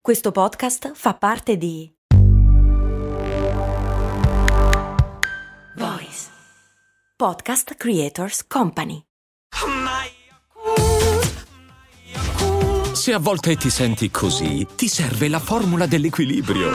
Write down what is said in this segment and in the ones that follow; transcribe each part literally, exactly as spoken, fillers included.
Questo podcast fa parte di Voice Podcast Creators Company. Se a volte ti senti così, ti serve la formula dell'equilibrio.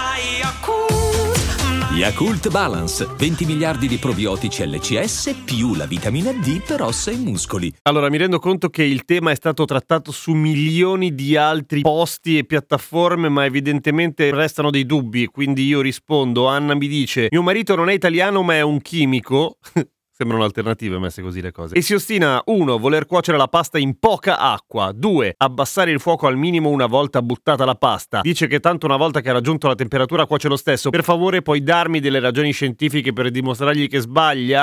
Yakult Balance, venti miliardi di probiotici L C S più la vitamina D per ossa e muscoli. Allora, mi rendo conto che il tema è stato trattato su milioni di altri posti e piattaforme, ma evidentemente restano dei dubbi, quindi io rispondo. Anna mi dice: mio marito non è italiano ma è un chimico. Sembrano alternative messe così le cose. E si ostina: uno. Voler cuocere la pasta in poca acqua. due. Abbassare il fuoco al minimo una volta buttata la pasta. Dice che tanto una volta che ha raggiunto la temperatura cuoce lo stesso. Per favore, puoi darmi delle ragioni scientifiche per dimostrargli che sbaglia?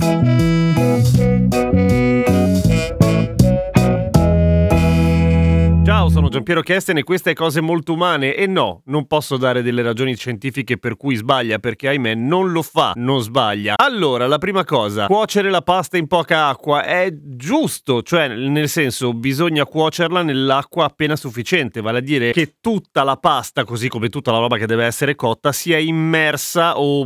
Ciao, sono Giampiero Kesten e queste Cose Molto Umane. E no, non posso dare delle ragioni scientifiche per cui sbaglia, perché ahimè non lo fa, non sbaglia. Allora, la prima cosa, cuocere la pasta in poca acqua è giusto, cioè nel senso bisogna cuocerla nell'acqua appena sufficiente, vale a dire che tutta la pasta, così come tutta la roba che deve essere cotta, sia immersa o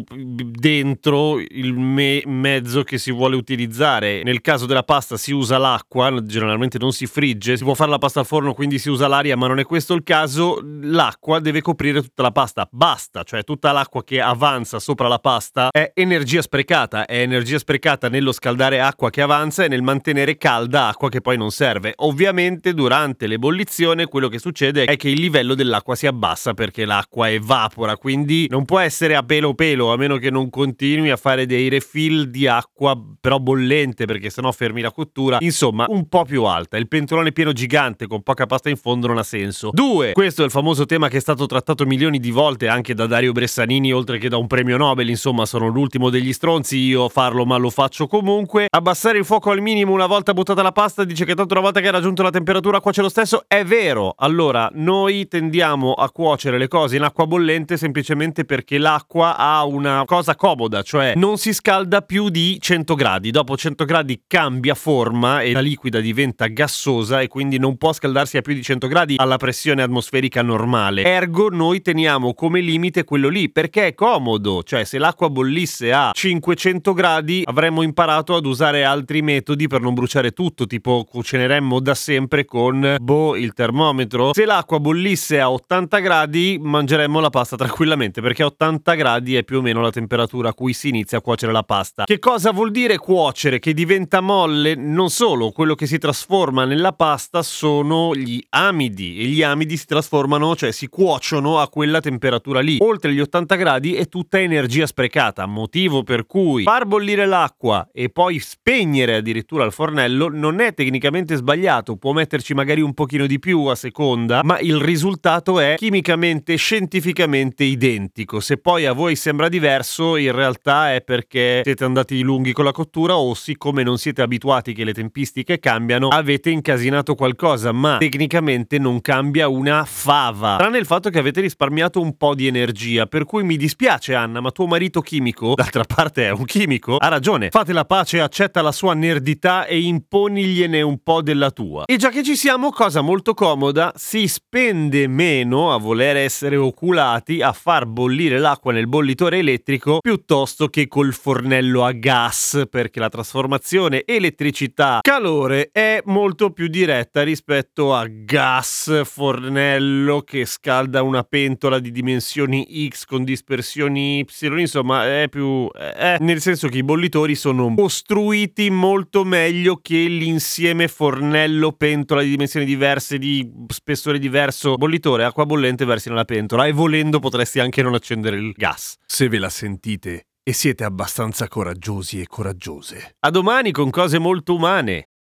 dentro il me- mezzo che si vuole utilizzare. Nel caso della pasta si usa l'acqua, generalmente non si frigge, si può fare la pasta al forno, quindi si usa l'aria, ma non è questo il caso. L'acqua deve coprire tutta la pasta, basta, cioè tutta l'acqua che avanza sopra la pasta è energia sprecata, è energia sprecata nello scaldare acqua che avanza e nel mantenere calda acqua che poi non serve. Ovviamente durante l'ebollizione quello che succede è che il livello dell'acqua si abbassa perché l'acqua evapora, quindi non può essere a pelo pelo, a meno che non continui a fare dei refill di acqua però bollente, perché sennò fermi la cottura. Insomma, un po' più alta. Il pentolone pieno gigante con poca pasta in fondo non ha senso. Due. Questo è il famoso tema che è stato trattato milioni di volte anche da Dario Bressanini, oltre che da un premio Nobel. Insomma, sono l'ultimo degli stronzi io a farlo, ma lo faccio comunque. Abbassare il fuoco al minimo una volta buttata la pasta. Dice che tanto una volta che ha raggiunto la temperatura cuoce lo stesso. È vero. Allora, noi tendiamo a cuocere le cose in acqua bollente semplicemente perché l'acqua ha una cosa comoda, cioè non si scalda più di cento gradi. Dopo cento gradi cambia forma e la liquida diventa gassosa e quindi non può scaldarsi a più di cento gradi alla pressione atmosferica normale. Ergo noi teniamo come limite quello lì perché è comodo, cioè se l'acqua bollisse a cinquecento gradi avremmo imparato ad usare altri metodi per non bruciare tutto, tipo cucineremmo da sempre con boh il termometro. Se l'acqua bollisse a ottanta gradi mangeremmo la pasta tranquillamente, perché a ottanta gradi è più o meno la temperatura a cui si inizia a cuocere la pasta. Che cosa vuol dire cuocere? Che diventa molle? Non solo, quello che si trasforma nella pasta sono gli amidi, e gli amidi si trasformano, cioè si cuociono a quella temperatura lì. Oltre gli ottanta gradi è tutta energia sprecata, motivo per cui far bollire l'acqua e poi spegnere addirittura il fornello non è tecnicamente sbagliato, può metterci magari un pochino di più a seconda, ma il risultato è chimicamente, scientificamente identico. Se poi a voi sembra diverso, in realtà è perché siete andati lunghi con la cottura o siccome non siete abituati che le tempistiche cambiano, avete incasinato qualcosa, ma tecnicamente non cambia una fava, tranne il fatto che avete risparmiato un po' di energia. Per cui mi dispiace Anna, ma tuo marito chimico, d'altra parte è un chimico, ha ragione. Fate la pace, accetta la sua nerdità e imponigliene un po' della tua. E già che ci siamo, cosa molto comoda, si spende meno a voler essere oculati a far bollire l'acqua nel bollitore elettrico piuttosto che col fornello a gas, perché la trasformazione elettricità-calore è molto più diretta rispetto a gas fornello che scalda una pentola di dimensioni X con dispersioni Y. Insomma, è più eh, nel senso che i bollitori sono costruiti molto meglio che l'insieme fornello pentola di dimensioni diverse, di spessore diverso, bollitore, acqua bollente versi nella pentola, e volendo potresti anche non accendere il gas, se ve la sentite e siete abbastanza coraggiosi e coraggiose. A domani con Cose Molto Umane.